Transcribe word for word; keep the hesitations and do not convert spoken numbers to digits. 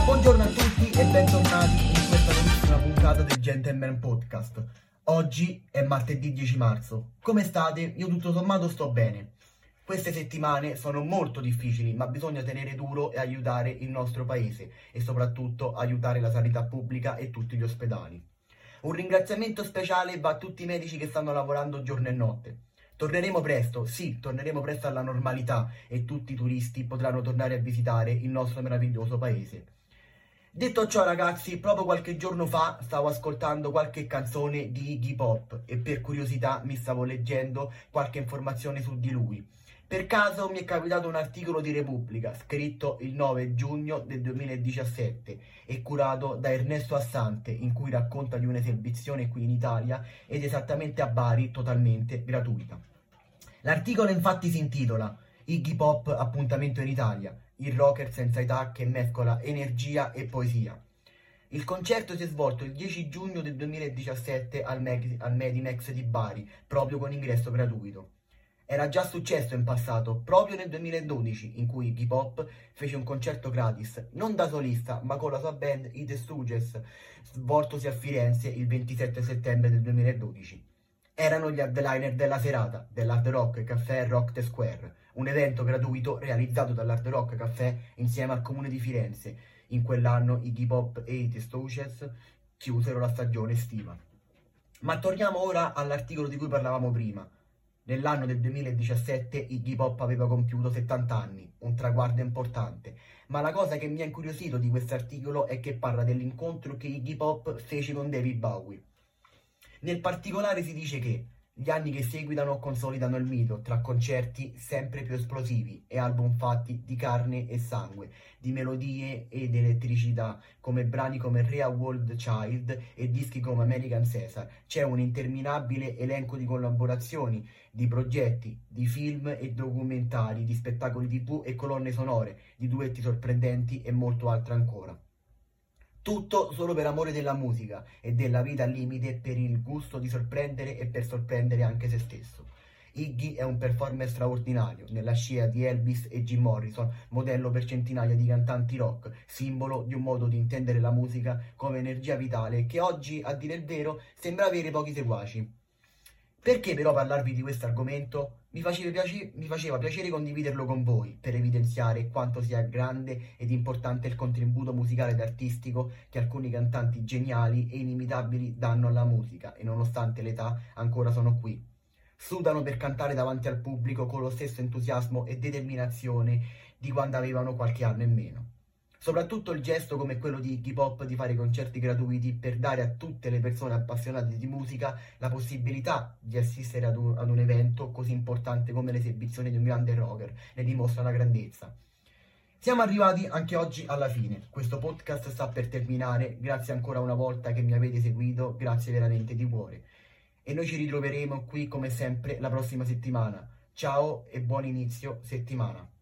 Buongiorno a tutti e bentornati in questa nuovissima puntata del Gentleman Podcast. Oggi è martedì dieci marzo. Come state? Io tutto sommato sto bene. Queste settimane sono molto difficili, ma bisogna tenere duro e aiutare il nostro paese e soprattutto aiutare la sanità pubblica e tutti gli ospedali. Un ringraziamento speciale va a tutti i medici che stanno lavorando giorno e notte. Torneremo presto, sì, torneremo presto alla normalità e tutti i turisti potranno tornare a visitare il nostro meraviglioso paese. Detto ciò, ragazzi, proprio qualche giorno fa stavo ascoltando qualche canzone di Iggy Pop e per curiosità mi stavo leggendo qualche informazione su di lui. Per caso mi è capitato un articolo di Repubblica scritto il nove giugno del duemiladiciassette e curato da Ernesto Assante, in cui racconta di un'esibizione qui in Italia ed esattamente a Bari, totalmente gratuita. L'articolo infatti si intitola Iggy Pop appuntamento in Italia, il rocker senza età che mescola energia e poesia. Il concerto si è svolto il dieci giugno del duemiladiciassette al, Meg- al Medimex di Bari, proprio con ingresso gratuito. Era già successo in passato, proprio nel duemiladodici, in cui Iggy Pop fece un concerto gratis, non da solista, ma con la sua band I The Stooges, svoltosi a Firenze il ventisette settembre del duemiladodici. Erano gli headliner della serata dell'Hard Rock Café Rock the Square, un evento gratuito realizzato dall'Hard Rock Café insieme al comune di Firenze. In quell'anno Iggy Pop e i The Stooges chiusero la stagione estiva. Ma torniamo ora all'articolo di cui parlavamo prima. Nell'anno del duemiladiciassette Iggy Pop aveva compiuto settanta anni, un traguardo importante, ma la cosa che mi ha incuriosito di questo articolo è che parla dell'incontro che Iggy Pop fece con David Bowie. Nel particolare si dice che gli anni che seguitano consolidano il mito tra concerti sempre più esplosivi e album fatti di carne e sangue, di melodie ed elettricità, come brani come Real World Child e dischi come American Caesar. C'è un interminabile elenco di collaborazioni, di progetti, di film e documentari, di spettacoli tivù e colonne sonore, di duetti sorprendenti e molto altro ancora. Tutto solo per amore della musica e della vita al limite, per il gusto di sorprendere e per sorprendere anche se stesso. Iggy è un performer straordinario, nella scia di Elvis e Jim Morrison, modello per centinaia di cantanti rock, simbolo di un modo di intendere la musica come energia vitale che oggi, a dire il vero, sembra avere pochi seguaci. Perché però parlarvi di questo argomento? Mi faceva, piace- mi faceva piacere condividerlo con voi, per evidenziare quanto sia grande ed importante il contributo musicale ed artistico che alcuni cantanti geniali e inimitabili danno alla musica e nonostante l'età ancora sono qui. Sudano per cantare davanti al pubblico con lo stesso entusiasmo e determinazione di quando avevano qualche anno in meno. Soprattutto il gesto come quello di Iggy Pop di fare concerti gratuiti per dare a tutte le persone appassionate di musica la possibilità di assistere ad un, ad un evento così importante come l'esibizione di un grande rocker ne dimostra la grandezza. Siamo arrivati anche oggi alla fine, questo podcast sta per terminare, grazie ancora una volta che mi avete seguito, grazie veramente di cuore. E noi ci ritroveremo qui come sempre la prossima settimana. Ciao e buon inizio settimana.